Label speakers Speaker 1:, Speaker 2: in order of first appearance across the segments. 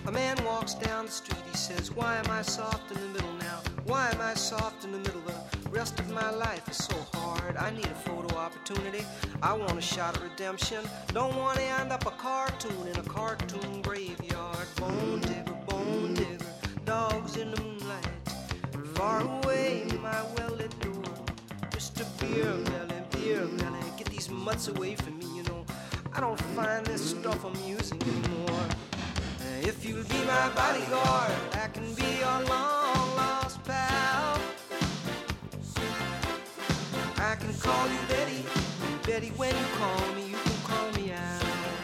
Speaker 1: A man walks down the street, he says, why am I soft in the middle now? Why am I soft in the middle? The rest of my life is so hard. I need a photo opportunity. I want a shot of redemption. Don't want to end up a cartoon in a cartoon graveyard. Bone digger, dogs in the moonlight. Far away, my well-lit door. Mr. Beer Belly, get these mutts away from me, you know. I don't find this stuff amusing anymore. If you'll be my bodyguard, I can be your long-lost pal. I can call you Betty, and Betty, when you call me, you can call me out.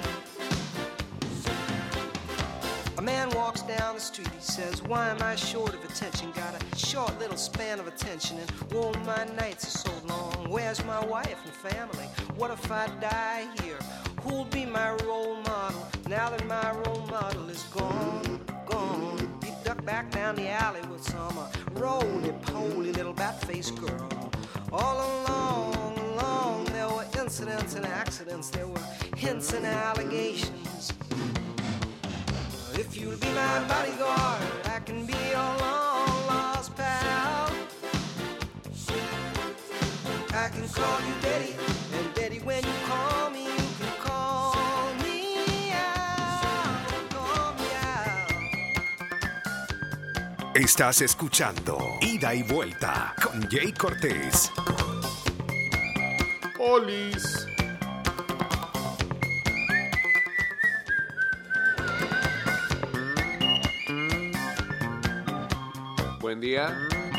Speaker 1: A man walks down the street, he says, why am I short of attention? Got a short little span of attention, and oh, my nights are so long. Where's my wife and family? What if I die here? Who'll be my role model now that my role model is gone? He ducked back down the alley with some roly-poly little bat-faced girl. All along, there were incidents and accidents. There were hints and allegations. If you'll be my bodyguard, I can be your long-lost pal. I can call you Betty, and Betty, when you call me, you can call me out. Call me out.
Speaker 2: Estás escuchando Ida y Vuelta con Jay Cortés.
Speaker 3: Olis. Buen día.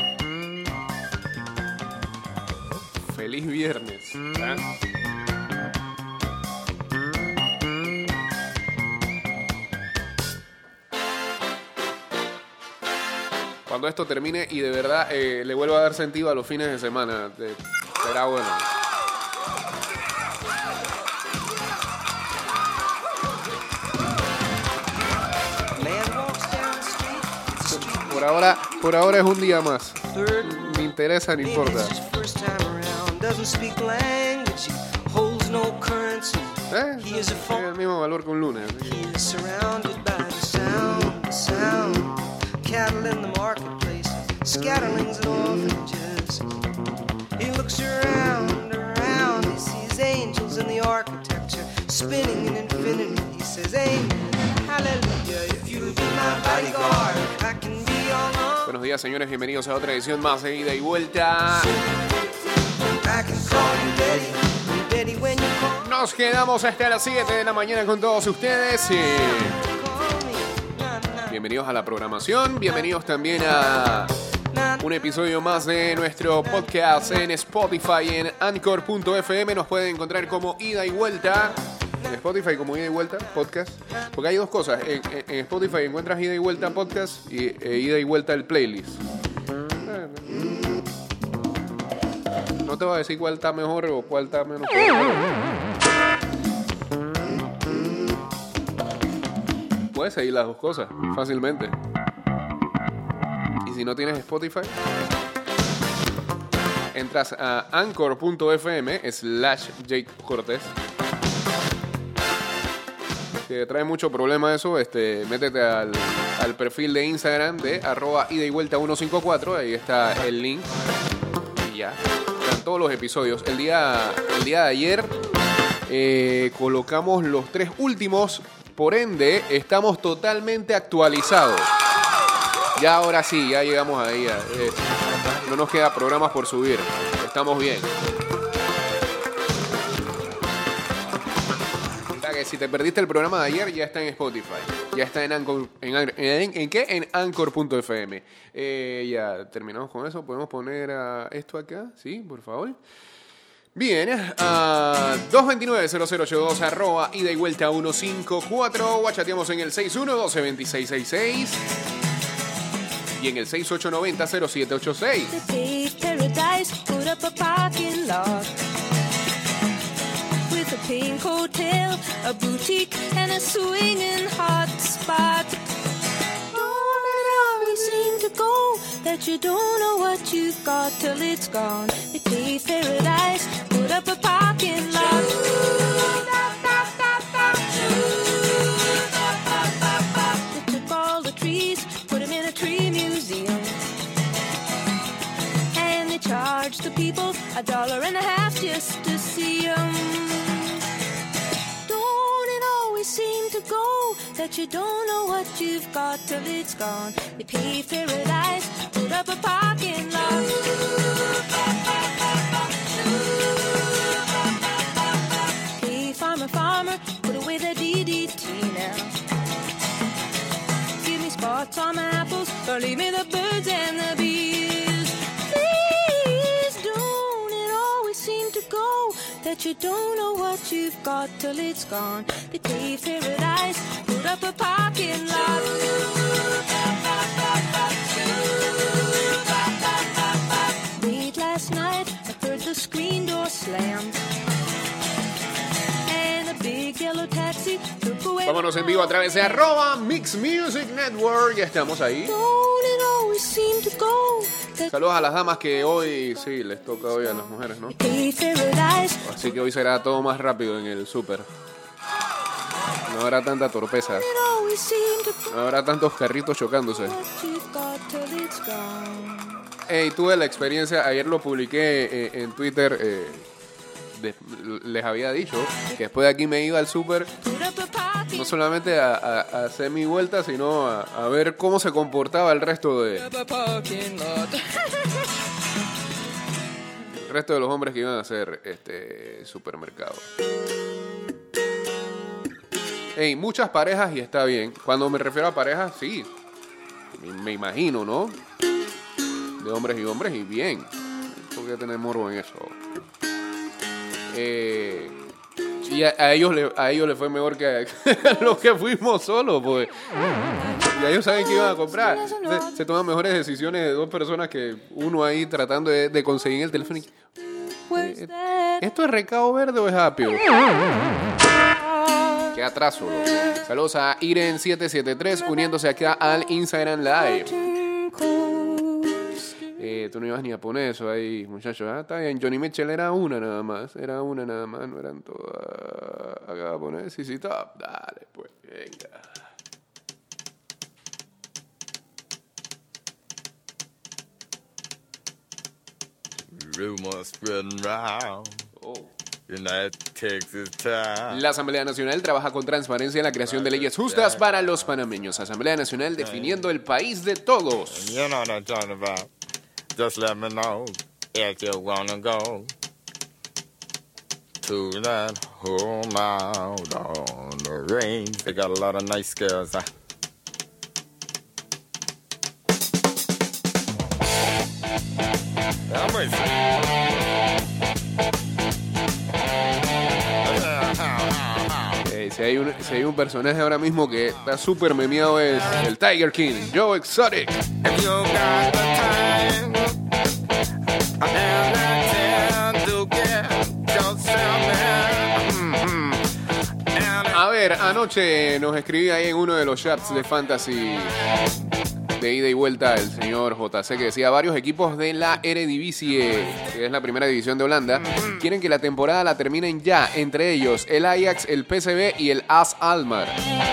Speaker 3: Feliz viernes. ¿Eh? Cuando esto termine y de verdad le vuelva a dar sentido a los fines de semana, será bueno. Por ahora es un día más. Me interesa, no importa. Tiene el mismo valor que un lunes.
Speaker 1: Cattle in the marketplace, scatterlings and orphanages. He looks around, he sees angels in the architecture, spinning in infinity. He says, amen, hallelujah, if you'll be my bodyguard, I can be your long.
Speaker 3: Buenos días, señores, bienvenidos a otra edición más de Ida y Vuelta. Nos quedamos hasta las 7 de la mañana con todos ustedes. Bienvenidos a la programación, bienvenidos también a un episodio más de nuestro podcast en Spotify, en Anchor.fm. Nos pueden encontrar como Ida y Vuelta. En Spotify como Ida y Vuelta Podcast. Porque hay dos cosas. En Spotify encuentras Ida y Vuelta Podcast y Ida y Vuelta el playlist. No te voy a decir cuál está mejor o cuál está menos. Puedes seguir las dos cosas fácilmente. Y si no tienes Spotify, entras a anchor.fm/Jake Cortés. Si te trae mucho problema eso, métete al perfil de Instagram de @Ida y Vuelta 154. Ahí está el link. Y ya. Están todos los episodios. El día de ayer colocamos los 3 últimos. Por ende, estamos totalmente actualizados. Ya ahora sí, ya llegamos ahí. No nos queda programas por subir. Estamos bien. O sea que si te perdiste el programa de ayer, ya está en Spotify. Ya está en Anchor. ¿En qué? En Anchor.fm. Ya terminamos con eso. ¿Podemos poner esto acá? Sí, por favor. Bien, 229-0082 @Ida y Vuelta 154. O chateamos en el 6112-2666 y en el 6890-0786. With a pink hotel, a boutique and a swinging hot spot. Don't it always seem to go that you don't know what you've got till it's gone. The cave paradise, put up a parking lot. They took
Speaker 4: that you don't know what you've got till it's gone. They paved paradise, put up a parking lot. Hey, farmer, farmer, put away the DDT now. Give me spots on my apples, or leave me the birds and the bees. Please don't it always seem to go that you don't know what you've got till it's gone. They paved paradise, put up a parking lot. Late last night, I heard the screen door slam. And a big yellow taxi took away.
Speaker 3: Vámonos en vivo a través de @Mix Music Network. Ya estamos ahí.
Speaker 4: Don't it always seem to go that
Speaker 3: Saludos a las damas que hoy, sí, les toca hoy a las mujeres, ¿no?
Speaker 4: paved paradise.
Speaker 3: Así que hoy será todo más rápido en el súper. No habrá tanta torpeza.
Speaker 4: It always seem to go
Speaker 3: No habrá tantos carritos chocándose.
Speaker 4: what you've got till it's gone.
Speaker 3: Hey, tuve la experiencia, ayer lo publiqué en Twitter. Les había dicho que después de aquí me iba al súper,
Speaker 4: Put up a parking
Speaker 3: no solamente a hacer mi vuelta, sino a ver cómo se comportaba el resto de los hombres que iban a hacer este supermercado. Hey, muchas parejas y está bien. Cuando me refiero a parejas, sí, me imagino, ¿no? De hombres y bien. ¿Por qué tener morbo en eso? Y a ellos les fue mejor que a los que fuimos solos, pues. Ya ellos saben que iban a comprar. Se toman mejores decisiones de dos personas que uno ahí tratando de conseguir el teléfono.
Speaker 4: Where's that?
Speaker 3: ¿Esto es Recado Verde o es Apio? Qué atraso. Saludos a Iren773 uniéndose acá al Instagram Live. Tú no ibas ni a poner eso ahí, muchachos. Está bien, Johnny Mitchell era una nada más, no eran todas. Acá va a poner CC Top. Dale, pues, venga.
Speaker 5: Rumors spreading round. United Texas time.
Speaker 3: La Asamblea Nacional trabaja con transparencia en la creación de leyes justas para los panameños. Asamblea Nacional definiendo el país de todos.
Speaker 5: You know what I'm talking about. Just let me know if you wanna go to that home out on the range. They got a lot of nice girls.
Speaker 3: Si hay un personaje ahora mismo que está súper memeado es el Tiger King, Joe Exotic.
Speaker 5: If you got the time and the chance to get yourself
Speaker 3: A ver, anoche nos escribía ahí en uno de los chats de Fantasy de ida y vuelta el señor JC que decía: varios equipos de la Eredivisie, que es la primera división de Holanda, quieren que la temporada la terminen ya, entre ellos el Ajax, el PSV y el AS Alkmaar.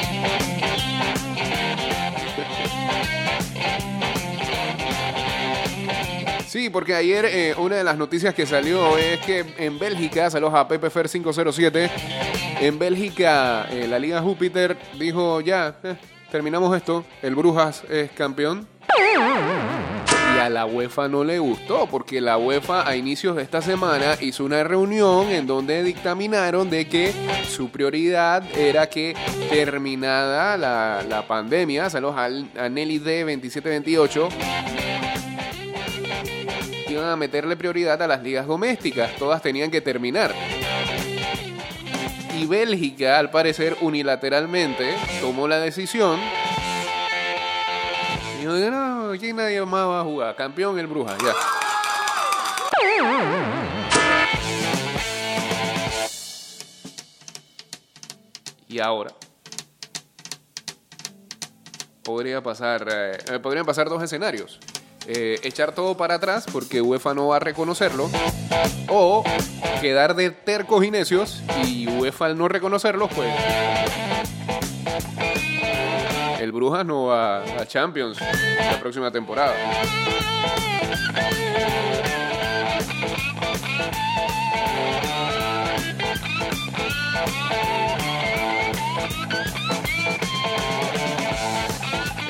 Speaker 3: Sí, porque ayer una de las noticias que salió es que en Bélgica, saludos a PPFer 507, en Bélgica la Liga Júpiter dijo ya, terminamos esto, el Brujas es campeón. Y a la UEFA no le gustó, porque la UEFA a inicios de esta semana hizo una reunión en donde dictaminaron de que su prioridad era que terminada la pandemia, saludos a Nelly D 2728, iban a meterle prioridad a las ligas domésticas, todas tenían que terminar. Y Bélgica, al parecer, unilateralmente tomó la decisión. Y dijo, no, aquí nadie más va a jugar. Campeón el Brujas, ya. Y ahora podrían pasar dos escenarios. Echar todo para atrás porque UEFA no va a reconocerlo, o quedar de tercos y necios y UEFA al no reconocerlos, pues el Brujas no va a Champions la próxima temporada.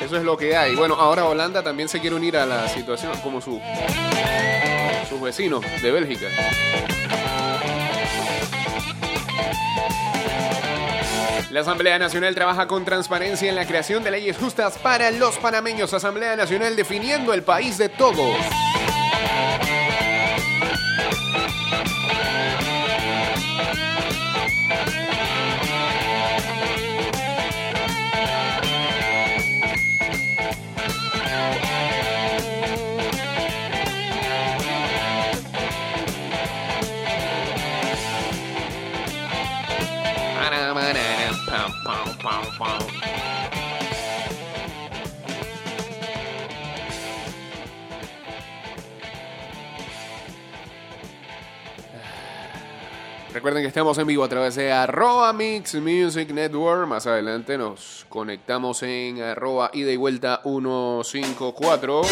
Speaker 3: Eso es lo que hay. Bueno, ahora Holanda también se quiere unir a la situación como sus vecinos de Bélgica. La Asamblea Nacional trabaja con transparencia en la creación de leyes justas para los panameños. Asamblea Nacional definiendo el país de todos. Recuerden que estamos en vivo a través de @Mix Music Network. Más adelante nos conectamos en @ida y vuelta 154.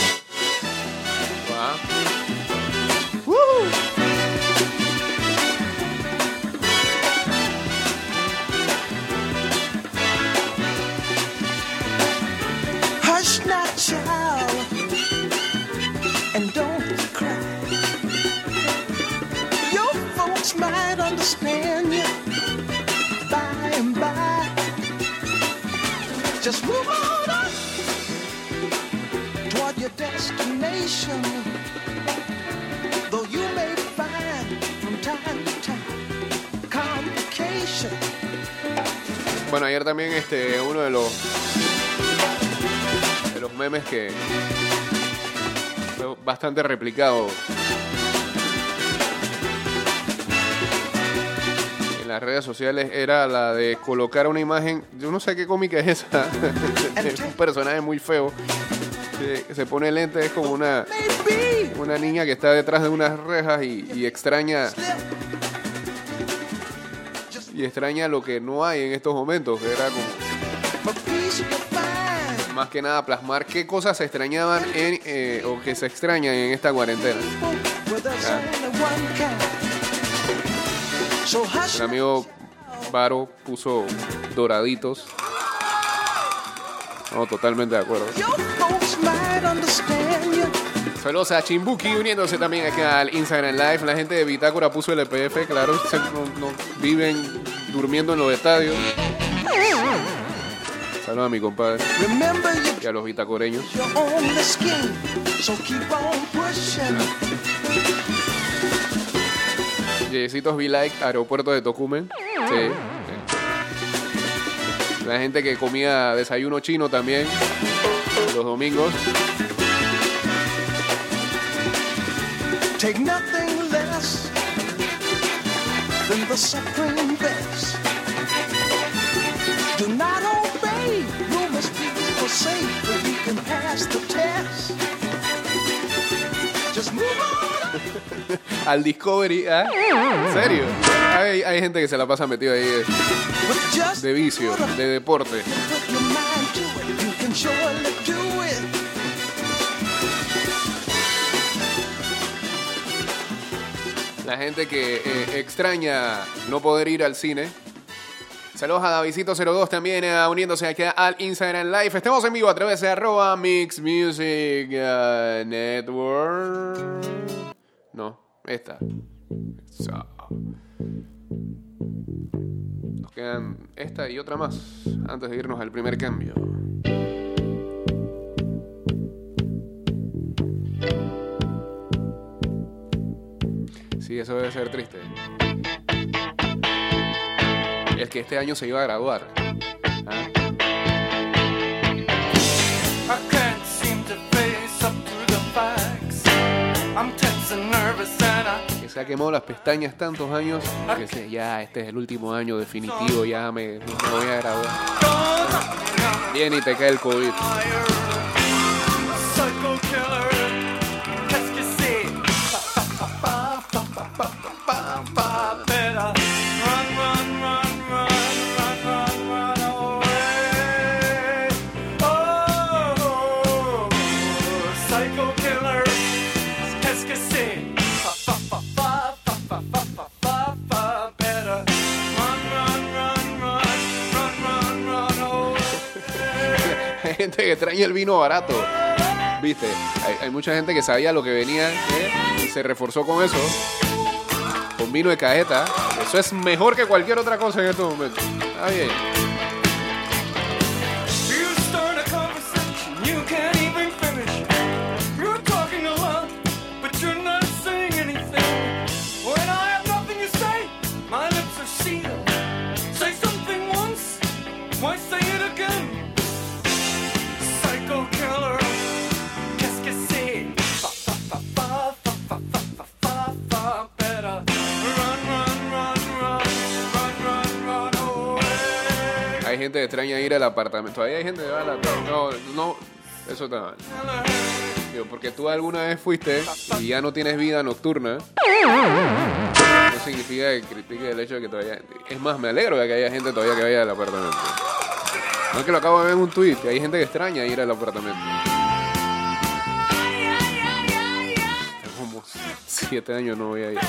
Speaker 1: Hush now, child, and don't cry. Your folks might understand you by and by. Just move on up toward your destination. Though you may find from time to time complications.
Speaker 3: Bueno, ayer también uno de los memes que fue bastante replicado en las redes sociales era la de colocar una imagen, yo no sé qué cómica es esa, es un personaje muy feo que se pone lente, es como una niña que está detrás de unas rejas y extraña lo que no hay en estos momentos, que era como más que nada plasmar qué cosas se extrañaban o que se extrañan en esta cuarentena. El amigo Varo puso doraditos. No, totalmente de acuerdo. Saludos a Chimbuki uniéndose también acá al Instagram Live. La gente de Bitácora puso el EPF, claro, no viven durmiendo en los estadios. Saludos a mi compadre y a los bitacoreños. Yesitos Be Like, aeropuerto de Tocumen. Sí. La gente que comía desayuno chino también los domingos.
Speaker 1: Take nothing less than the supreme best. Do not obey, you must be forsake, but you can pass the test. Just move on.
Speaker 3: Al Discovery, ¿eh? ¿En serio? Hay gente que se la pasa metida ahí de vicio, de deporte. La gente que extraña no poder ir al cine. Saludos a Davidcito02 también uniéndose acá al Instagram Live. Estamos en vivo a través de @Mix Music Network. No, esta. Nos quedan esta y otra más antes de irnos al primer cambio. Sí, eso debe ser triste. El que este año se iba a graduar. ¿Ah? Que se ha quemado las pestañas tantos años que dice, ya, este es el último año definitivo, ya me voy a graduar. Viene y te cae el COVID. gente que extraña el vino barato. ¿Viste? Hay mucha gente que sabía lo que venía y se reforzó con eso. Con vino de cajeta. Eso es mejor que cualquier otra cosa en estos momentos. Está bien. Hay gente que extraña ir al apartamento. Todavía hay gente que va al apartamento. No, eso está mal. Digo, porque tú alguna vez fuiste y ya no tienes vida nocturna. No significa que critique el hecho de que todavía... Es más, me alegro de que haya gente todavía que vaya al apartamento. No es que lo acabo de ver en un tweet, que hay gente que extraña ir al apartamento. Como 7 años no voy a ir.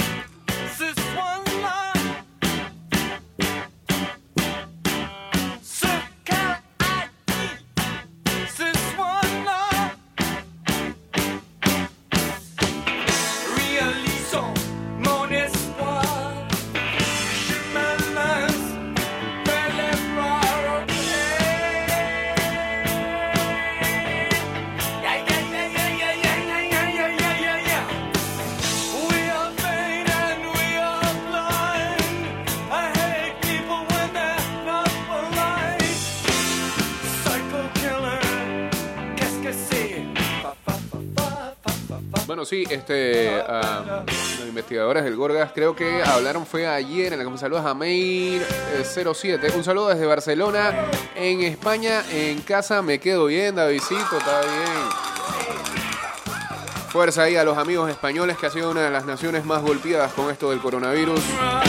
Speaker 3: Bueno, sí, los investigadores del Gorgas creo que hablaron, fue ayer en la que saludos a Meir 07. Un saludo desde Barcelona, en España, en casa me quedo bien, Davidcito, está bien. Fuerza ahí a los amigos españoles, que ha sido una de las naciones más golpeadas con esto del coronavirus.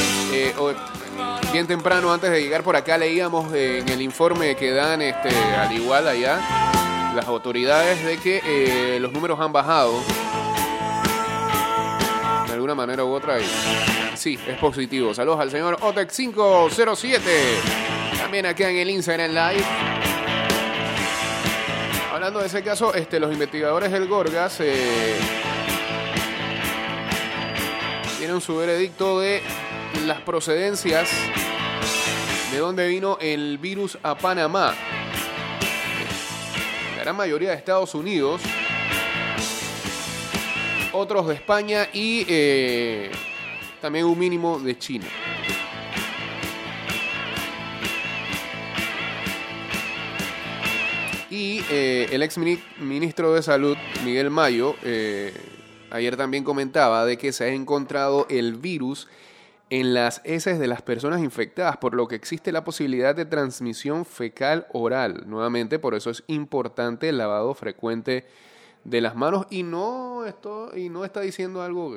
Speaker 3: Bien temprano, antes de llegar por acá, leíamos en el informe que dan, al igual allá, las autoridades, de que los números han bajado de alguna manera u otra. Y sí, es positivo. Saludos al señor Otec507, también acá en el Instagram Live. Hablando de ese caso, los investigadores del Gorgas tienen su veredicto de las procedencias de dónde vino el virus a Panamá. La gran mayoría de Estados Unidos, otros de España y también un mínimo de China. Y el ex ministro de Salud, Miguel Mayo, ayer también comentaba de que se ha encontrado el virus en las heces de las personas infectadas, por lo que existe la posibilidad de transmisión fecal oral. Nuevamente, por eso es importante el lavado frecuente de las manos, y no está diciendo algo,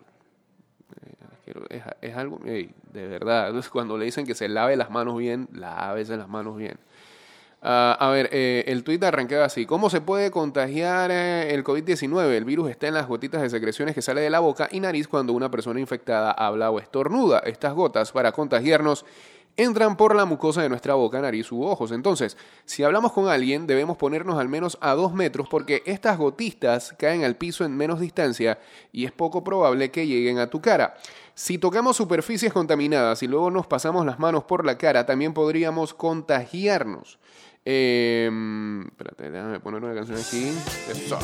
Speaker 3: es algo, de verdad, cuando le dicen que se lave las manos bien, lávese las manos bien. A ver, el tuit arrancaba así: ¿cómo se puede contagiar el COVID-19? El virus está en las gotitas de secreciones que sale de la boca y nariz cuando una persona infectada habla o estornuda. Estas gotas, para contagiarnos, entran por la mucosa de nuestra boca, nariz u ojos. Entonces, si hablamos con alguien, debemos ponernos al menos a 2 metros porque estas gotitas caen al piso en menos distancia y es poco probable que lleguen a tu cara. Si tocamos superficies contaminadas y luego nos pasamos las manos por la cara, también podríamos contagiarnos. Espérate, déjame poner una canción aquí. Eso.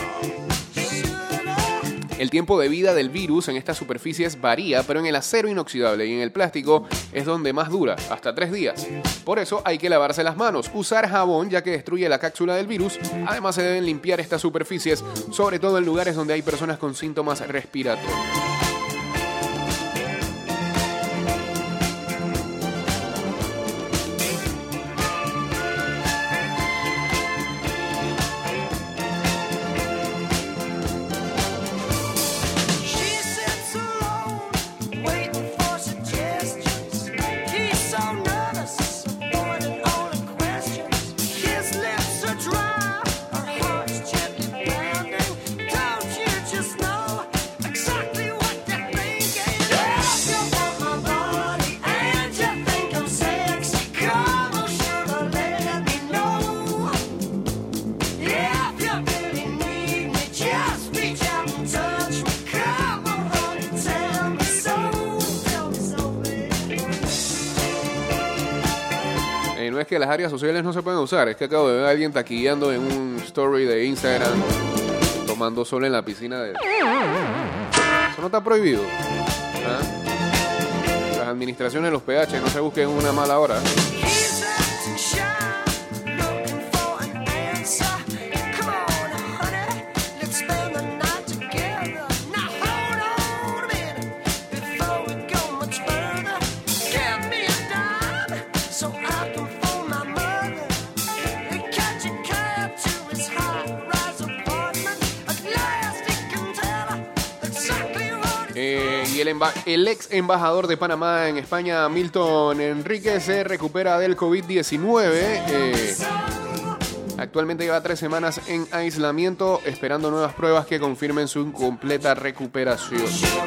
Speaker 3: El tiempo de vida del virus en estas superficies varía, pero en el acero inoxidable y en el plástico es donde más dura, hasta 3 días. Por eso hay que lavarse las manos, usar jabón ya que destruye la cápsula del virus. Además se deben limpiar estas superficies, sobre todo en lugares donde hay personas con síntomas respiratorios.
Speaker 6: Exactly what
Speaker 3: que las áreas sociales no se pueden usar. Es que acabo de ver a alguien taquillando en un story de Instagram tomando sol en la piscina de... Eso no está prohibido. ¿Ah? Las administraciones de los PH no se busquen una mala hora. El ex embajador de Panamá en España, Milton Enríquez, se recupera del COVID-19. Actualmente lleva 3 semanas en aislamiento, esperando nuevas pruebas que confirmen su completa recuperación.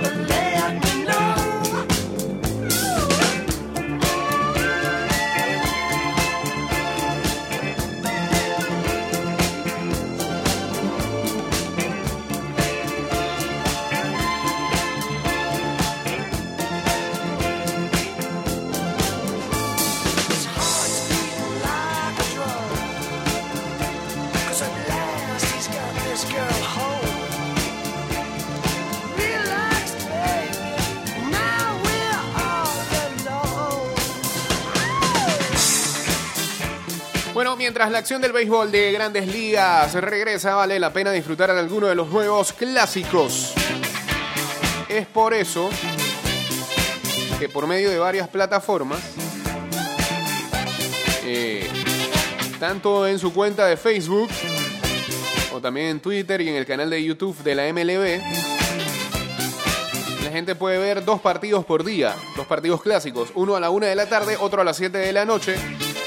Speaker 3: Bueno, mientras la acción del béisbol de Grandes Ligas regresa, vale la pena disfrutar de alguno de los nuevos clásicos. Es por eso que por medio de varias plataformas, tanto en su cuenta de Facebook o también en Twitter y en el canal de YouTube de la MLB, la gente puede ver 2 partidos por día, 2 partidos clásicos, uno a la 1 de la tarde, otro a las 7 de la noche.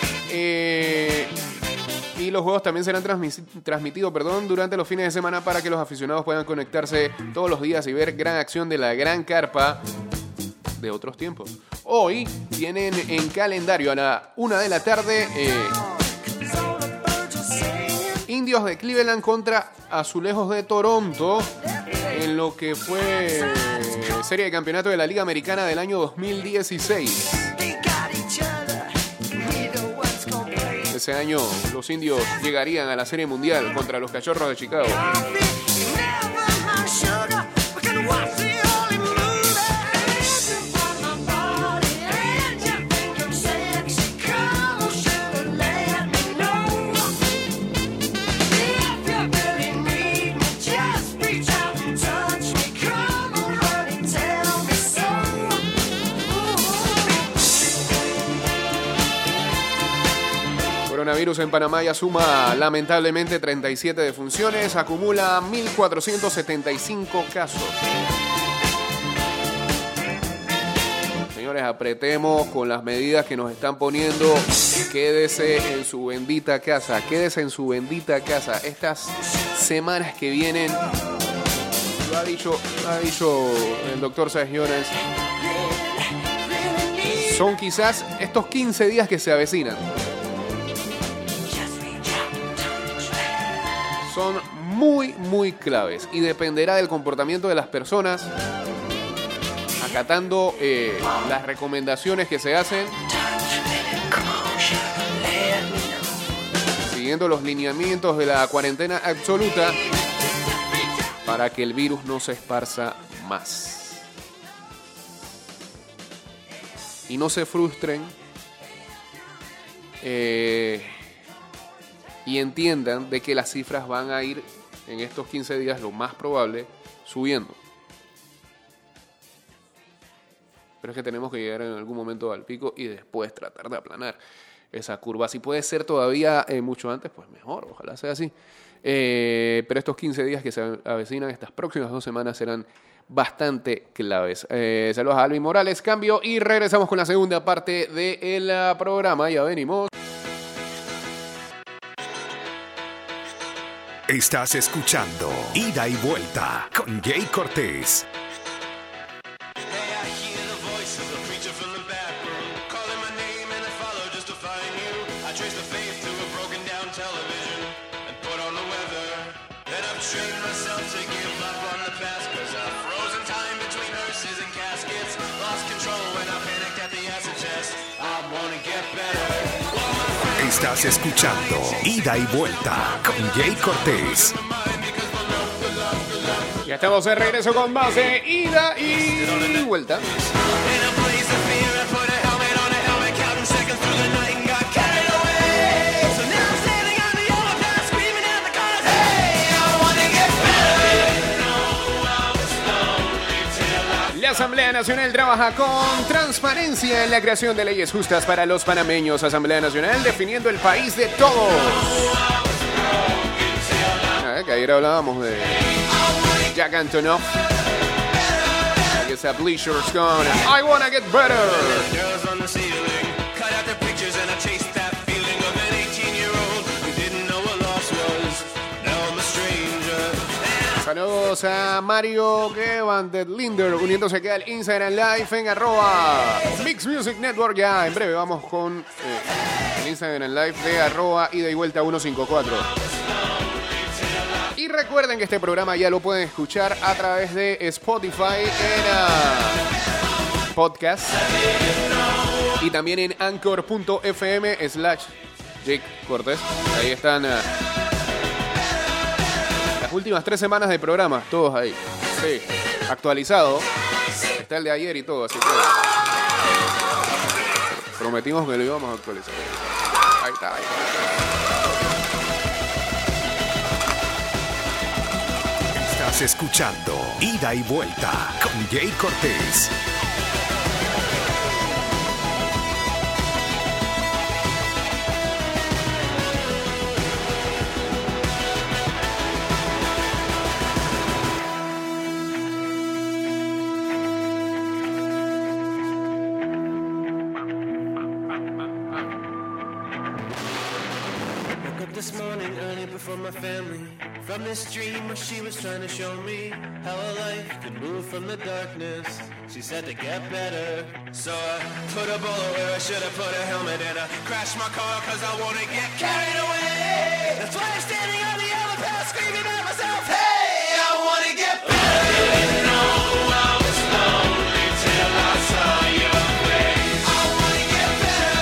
Speaker 3: Y los juegos también serán transmitidos durante los fines de semana para que los aficionados puedan conectarse todos los días y ver gran acción de la gran carpa de otros tiempos. Hoy tienen en calendario a la 1 de la tarde Indios de Cleveland contra Azulejos de Toronto en lo que fue serie de campeonato de la Liga Americana del año 2016. Ese año los Indios llegarían a la Serie Mundial contra los Cachorros de Chicago. Coronavirus en Panamá ya suma lamentablemente 37 defunciones, acumula 1.475 casos. Señores, apretemos con las medidas que nos están poniendo. Quédese en su bendita casa, quédese en su bendita casa. Estas semanas que vienen, lo ha dicho el doctor Sergio Jones, son quizás estos 15 días que se avecinan. Son muy, muy claves y dependerá del comportamiento de las personas, acatando las recomendaciones que se hacen, siguiendo los lineamientos de la cuarentena absoluta para que el virus no se esparza más. Y no se frustren. Y entiendan de que las cifras van a ir en estos 15 días, lo más probable, subiendo. Pero es que tenemos que llegar en algún momento al pico y después tratar de aplanar esa curva. Si puede ser todavía mucho antes, pues mejor, ojalá sea así. Pero estos 15 días que se avecinan, estas próximas 2 semanas serán bastante claves. Saludos a Alvin Morales, cambio y regresamos con la segunda parte del programa. Ya venimos.
Speaker 2: Estás escuchando Ida y Vuelta con Jay Cortés.
Speaker 5: Lost control when I panicked at the acid test. I wanna get better. All my friends
Speaker 2: Estás escuchando Ida y Vuelta con Jay Cortés.
Speaker 3: Ya estamos de regreso con más de Ida y Vuelta. La Asamblea Nacional trabaja con transparencia en la creación de leyes justas para los panameños. Asamblea Nacional definiendo el país de todos. Que ayer hablábamos de Jack Antonoff. I guess that Bleacher's gone. I wanna get better. Saludos a Mario Gevandet Linder uniéndose aquí al Instagram Live en @Mix Music Network. Ya en breve vamos con el Instagram Live de @Ida y Vuelta 154. Y recuerden que este programa ya lo pueden escuchar a través de Spotify en podcast y también en anchor.fm/Jake Cortés. Ahí están las últimas 3 semanas de programa, todos ahí. Sí, actualizado. Está el de ayer y todo, así que prometimos que lo íbamos a actualizar. Ahí está, ahí está.
Speaker 2: Estás escuchando Ida y Vuelta con Jay Cortés.
Speaker 6: This morning early before my family, from this dream where she was trying to show me how a life could move from the darkness. She said to get better, so I put a bullet where I should have put a helmet, and I crashed my car cause I wanna get carried away. That's why I'm standing on the overpass screaming at myself, hey, I wanna get better. Didn't know I was lonely till I saw your face. I wanna get better.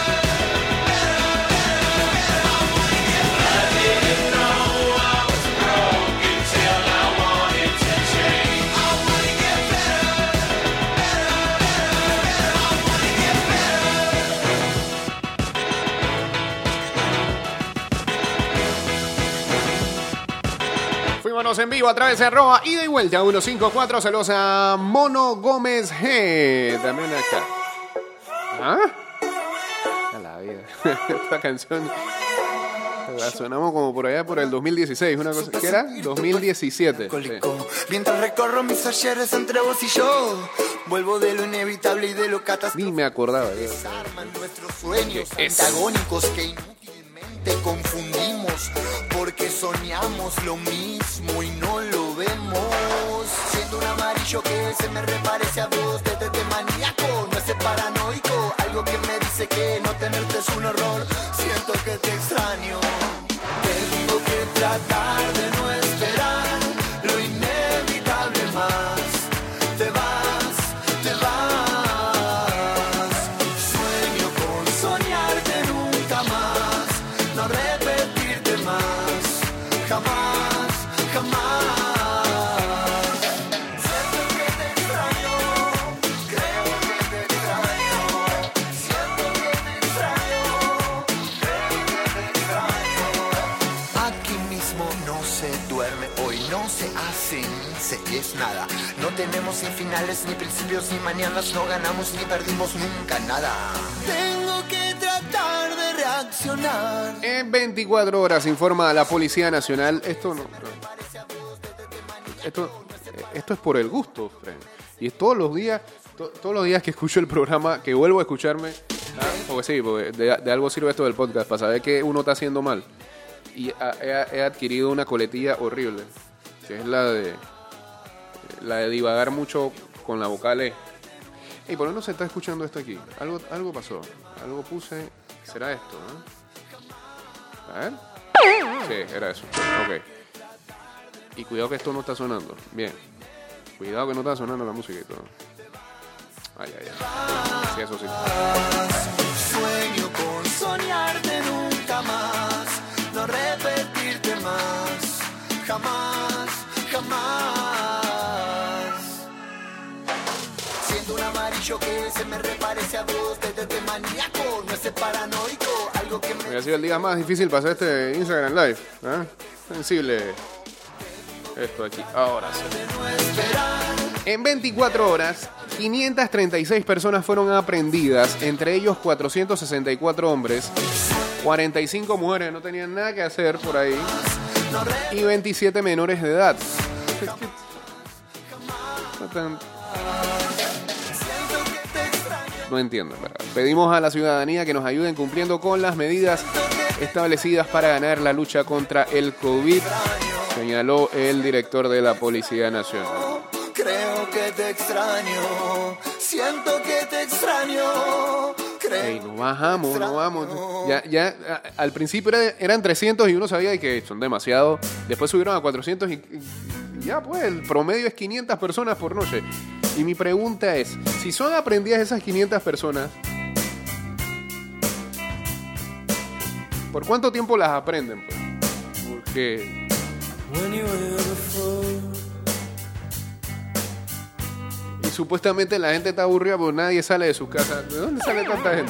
Speaker 3: Fuímonos en vivo a través de @Ida y Vuelta 154. Saludos a Mono Gómez G. También acá. ¿Ah? A la vida. Esta canción la sonamos como por allá por el 2016. Una cosa. ¿Qué era? 2017. Sí.
Speaker 7: Mientras recorro mis ayeres entre vos y yo, vuelvo de lo inevitable y de lo catastrófico.
Speaker 3: Ni me acordaba.
Speaker 7: Desarman nuestros sueños antagónicos que inútilmente confundimos, porque soñamos lo mismo y no lo vemos. Siento un amarillo que se me reparece a vos, de maníaco, no es paranoico, algo que me dice que no tenerte es un horror. Siento que te extraño, tengo que tratar de no esperar lo inevitable más. Te vas, te vas. Sueño con soñarte nunca más, no repetirte más, jamás, jamás. Siento que te extraño, creo que te extraño. Siento que te extraño, creo que te extraño. Aquí mismo no se duerme, hoy no se hace ni se es nada. No tenemos ni finales, ni principios, ni mañanas. No ganamos ni perdimos nunca nada. Tengo que tratar de reaccionar.
Speaker 3: En 24 horas informa la Policía Nacional. Esto no. Esto es por el gusto, Fred. Y es todos los días que escucho el programa, que vuelvo a escucharme. Porque sí, porque de algo sirve esto del podcast, para saber que uno está haciendo mal. Y he adquirido una coletilla horrible, que es la de divagar mucho con la vocal E. ¿Y por qué no se está escuchando esto aquí? Algo pasó. Algo puse. ¿Será esto? ¿No? A ver. Sí, era eso. Ok. Y cuidado que esto no está sonando. Bien. Cuidado que no está sonando la música y todo. Ay. Sí, eso sí.
Speaker 7: Sueño con soñarte nunca más. jamás, jamás. Siendo un amarillo que se me reparece a vos, desde maníaco, no es paranoico, algo que me...
Speaker 3: Ha sido el día más difícil para hacer este Instagram Live. Sensible esto aquí. Ahora sí. En 24 horas, 536 personas fueron aprehendidas, entre ellos 464 hombres, 45 mujeres no tenían nada que hacer por ahí y 27 menores de edad. No entiendo, ¿verdad? Pedimos a la ciudadanía que nos ayuden cumpliendo con las medidas establecidas para ganar la lucha contra el COVID, señaló el director de la Policía Nacional.
Speaker 7: Creo que te extraño, siento que te extraño.
Speaker 3: Ey, no bajamos. Ya al principio eran 300 y uno sabía que son demasiado. Después subieron a 400 y ya pues el promedio es 500 personas por noche. Y mi pregunta es, si son aprendidas esas 500 personas, ¿por cuánto tiempo las aprenden? Pues? Porque... Y supuestamente la gente está aburrida porque nadie sale de sus casas. ¿De dónde sale tanta gente?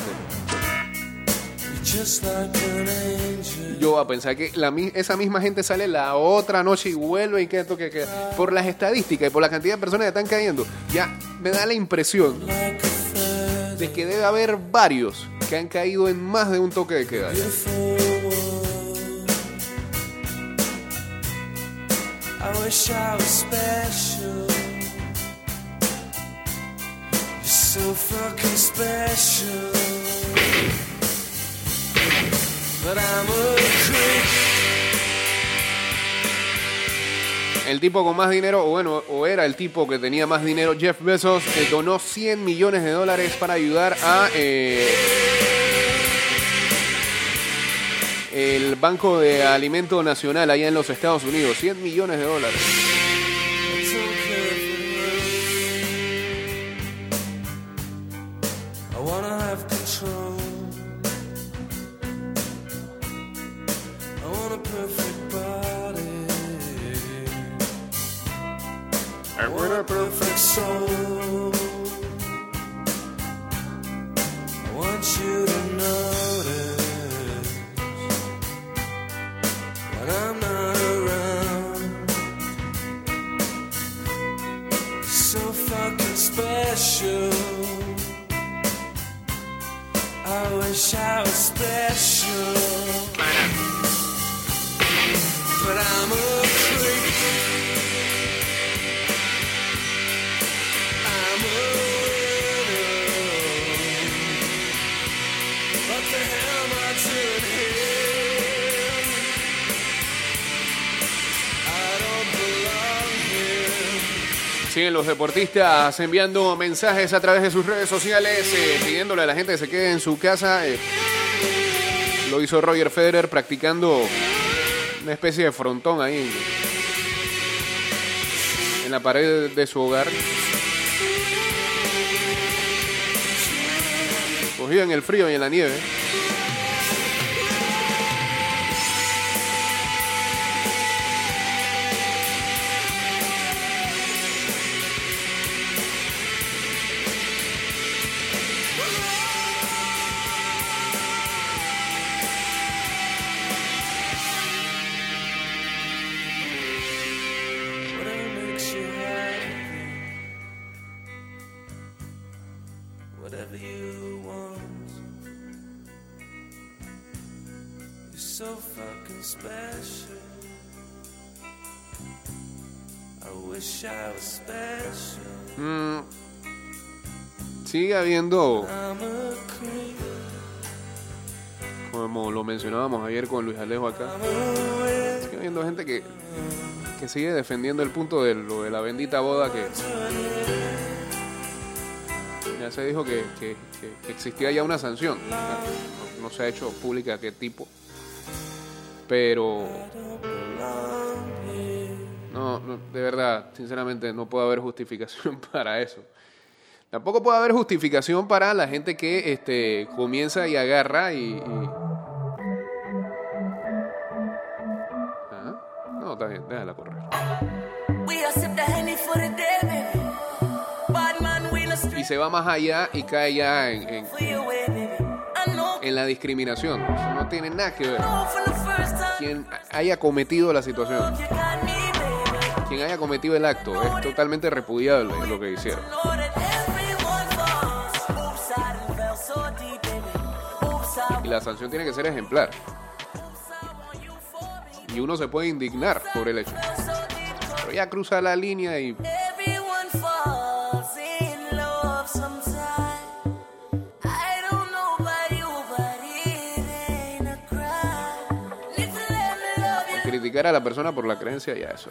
Speaker 3: Yo voy a pensar que esa misma gente sale la otra noche y vuelve y que por las estadísticas y por la cantidad de personas que están cayendo, ya me da la impresión de que debe haber varios que han caído en más de un toque de queda.
Speaker 8: I wish I was special. You're so fucking special. But I'm a creep.
Speaker 3: El tipo con más dinero, o era el tipo que tenía más dinero, Jeff Bezos, donó $100 millones para ayudar a el Banco de Alimento Nacional allá en los Estados Unidos. $100 millones.
Speaker 8: I wanna have control. I want a perfect body. I want a perfect soul. I want you to notice when I'm not around. You're so fucking special. I wish I was special, but I'm a creep. I'm a widow. What the hell am I doing here? I don't belong here.
Speaker 3: Siguen los deportistas enviando mensajes a través de sus redes sociales, pidiéndole a la gente que se quede en su casa. Lo hizo Roger Federer practicando una especie de frontón ahí en la pared de su hogar. Cogido en el frío y en la nieve.
Speaker 8: Whatever makes you happy, whatever you want. You're so fucking special. I wish I was special.
Speaker 3: Sigue habiendo,
Speaker 8: I'm a creep.
Speaker 3: como lo mencionábamos ayer con Luis Alejo acá, sigue habiendo gente que sigue defendiendo el punto de lo de la bendita boda, que ya se dijo que existía ya una sanción. No se ha hecho pública qué tipo, pero no, de verdad, sinceramente no puede haber justificación para eso. Tampoco puede haber justificación para la gente que comienza y agarra y... No, está bien, déjala correr. Y se va más allá y cae ya en la discriminación. Eso no tiene nada que ver. Quien haya cometido la situación, quien haya cometido el acto, es totalmente repudiable lo que hicieron. Y la sanción tiene que ser ejemplar. Y uno se puede indignar por el hecho. Pero ya cruza la línea y... criticar a la persona por la creencia, ya eso.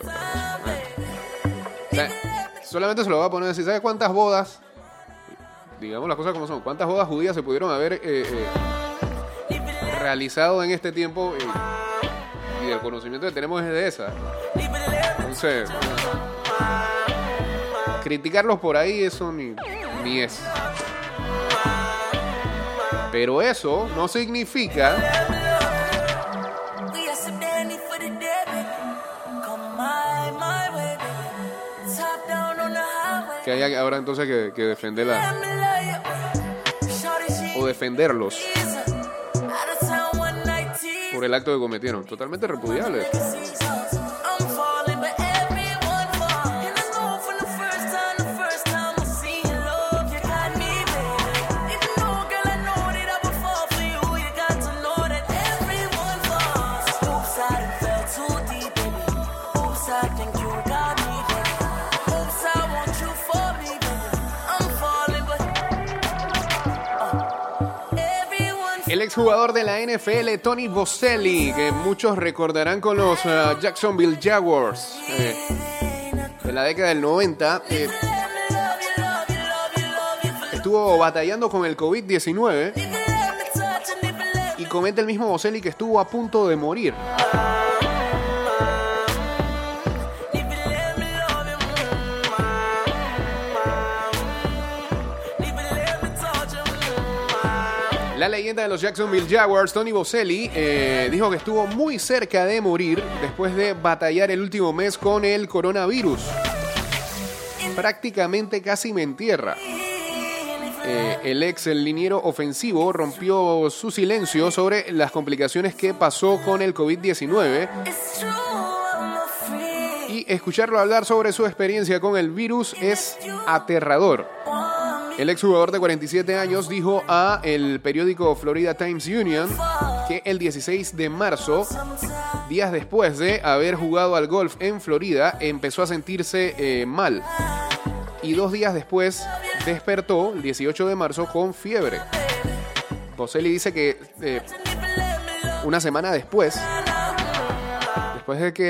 Speaker 3: O sea, solamente se lo va a poner así. ¿Sabes cuántas bodas? Digamos las cosas como son. ¿Cuántas bodas judías se pudieron haber realizado en este tiempo? Y el conocimiento que tenemos es de esa. Entonces, criticarlos por ahí, eso ni es. Pero eso no significa que haya ahora entonces que defenderla o defenderlos por el acto que cometieron. Totalmente repudiable. El exjugador de la NFL, Tony Boselli, que muchos recordarán con los Jacksonville Jaguars de la década del 90, estuvo batallando con el COVID-19 y comenta el mismo Boselli que estuvo a punto de morir. La leyenda de los Jacksonville Jaguars, Tony Boselli, dijo que estuvo muy cerca de morir después de batallar el último mes con el coronavirus. Prácticamente casi me entierra. El liniero ofensivo rompió su silencio sobre las complicaciones que pasó con el COVID-19 y escucharlo hablar sobre su experiencia con el virus es aterrador. El exjugador de 47 años dijo a el periódico Florida Times Union que el 16 de marzo, días después de haber jugado al golf en Florida, empezó a sentirse mal. Y 2 días después despertó, el 18 de marzo, con fiebre. Boselli dice que una semana después de que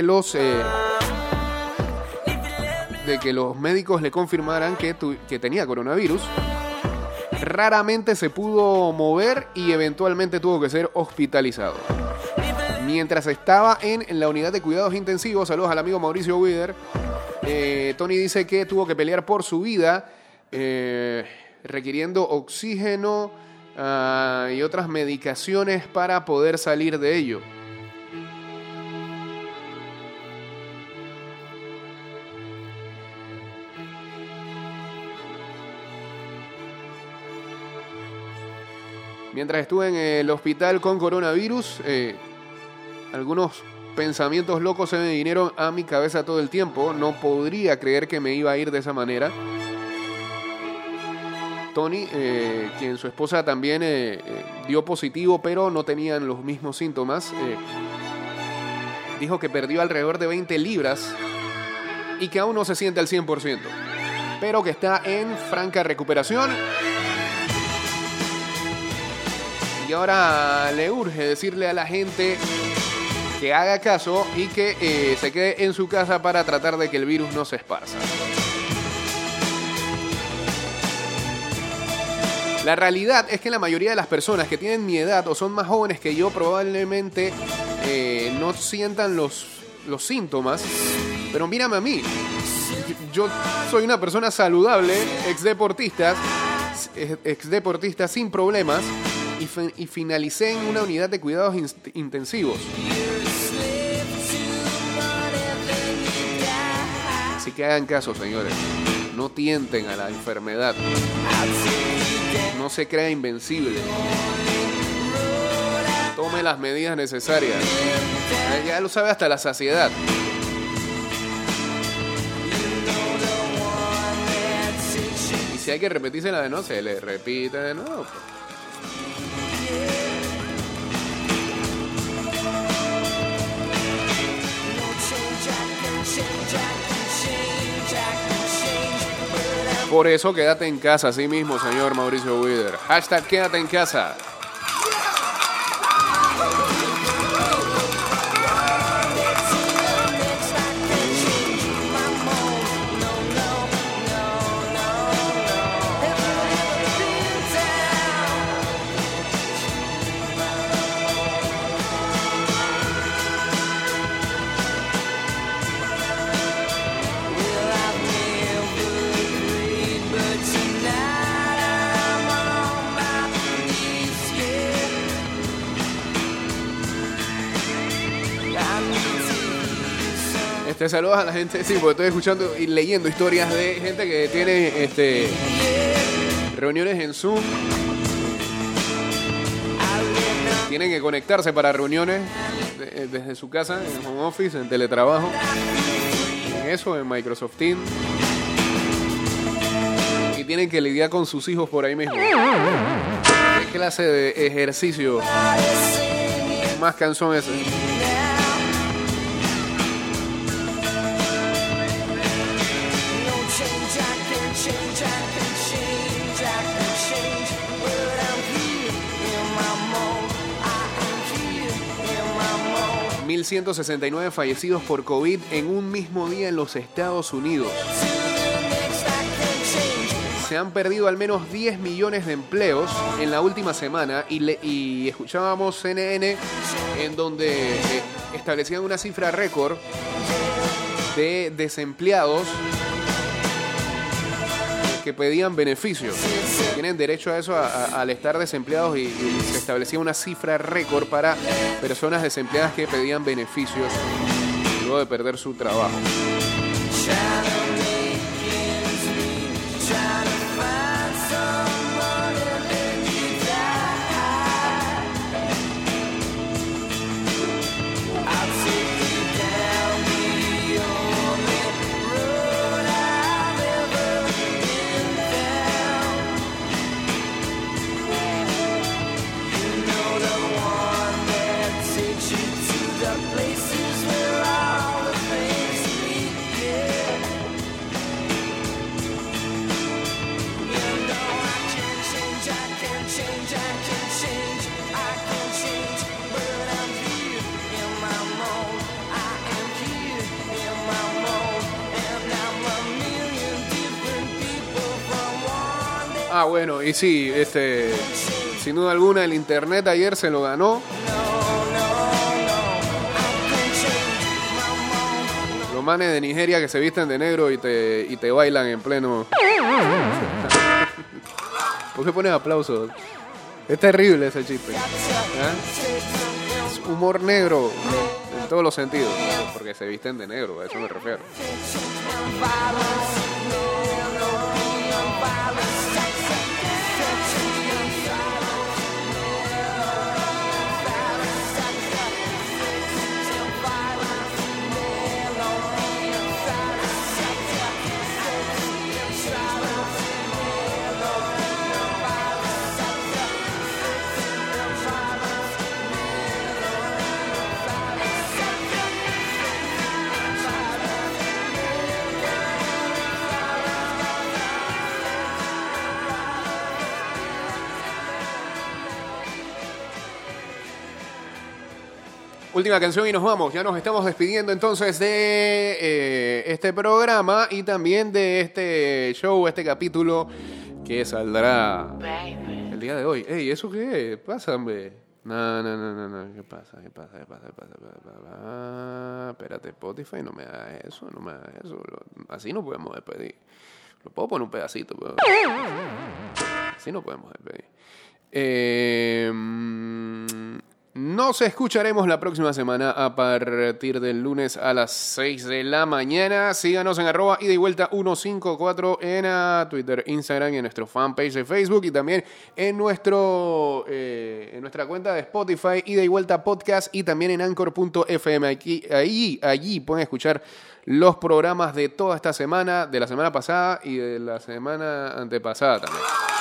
Speaker 3: los médicos le confirmaran que tenía coronavirus, raramente se pudo mover y eventualmente tuvo que ser hospitalizado. Mientras estaba en la unidad de cuidados intensivos, saludos al amigo Mauricio Wider, Tony dice que tuvo que pelear por su vida, requiriendo oxígeno y otras medicaciones para poder salir de ello. Mientras estuve en el hospital con coronavirus, algunos pensamientos locos se me vinieron a mi cabeza todo el tiempo. No podría creer que me iba a ir de esa manera. Tony, quien su esposa también dio positivo, pero no tenían los mismos síntomas, dijo que perdió alrededor de 20 libras y que aún no se siente al 100%, pero que está en franca recuperación. Y ahora le urge decirle a la gente que haga caso y que se quede en su casa para tratar de que el virus no se esparza. La realidad es que la mayoría de las personas que tienen mi edad o son más jóvenes que yo probablemente no sientan los síntomas. Pero mírame a mí. Yo soy una persona saludable, exdeportista sin problemas. Y finalicé en una unidad de cuidados intensivos. Así que hagan caso, señores. No tienten a la enfermedad. No se crea invencible. Tome las medidas necesarias. Ya lo sabe hasta la saciedad. Y si hay que repetirse la de no, se le repite de nuevo. Por eso quédate en casa, así mismo, señor Mauricio Wider. Hashtag quédate en casa. Saludos a la gente, sí, porque estoy escuchando y leyendo historias de gente que tiene reuniones en Zoom. Tienen que conectarse para reuniones desde su casa, en home office, en teletrabajo. En eso, en Microsoft Teams. Y tienen que lidiar con sus hijos por ahí mismo. ¿Qué clase de ejercicio más cansón ese? ...1.169 fallecidos por COVID en un mismo día en los Estados Unidos. Se han perdido al menos 10 millones de empleos en la última semana y escuchábamos CNN en donde establecían una cifra récord de desempleados que pedían beneficios. Tienen derecho a eso al estar desempleados y se establecía una cifra récord para personas desempleadas que pedían beneficios luego de perder su trabajo. Ah, bueno, y sí, sin duda alguna el internet ayer se lo ganó. Los manes de Nigeria que se visten de negro y te bailan en pleno. ¿Por qué pones aplausos? Es terrible ese chiste. Es humor negro en todos los sentidos. Porque se visten de negro, a eso me refiero. Última canción y nos vamos. Ya nos estamos despidiendo entonces de este programa y también de este show, este capítulo que saldrá el día de hoy. Ey, ¿eso qué pasa, hombre? No. ¿Qué pasa? Espérate, Spotify, no me hagas eso. Así no podemos despedir. Lo puedo poner un pedacito, pero así no podemos despedir. Nos escucharemos la próxima semana a partir del lunes a las 6 de la mañana. Síganos en @ida y vuelta 154 en Twitter, Instagram y en nuestro fanpage de Facebook y también en nuestra cuenta de Spotify, Ida y Vuelta Podcast, y también en Anchor.fm. Allí pueden escuchar los programas de toda esta semana, de la semana pasada y de la semana antepasada también.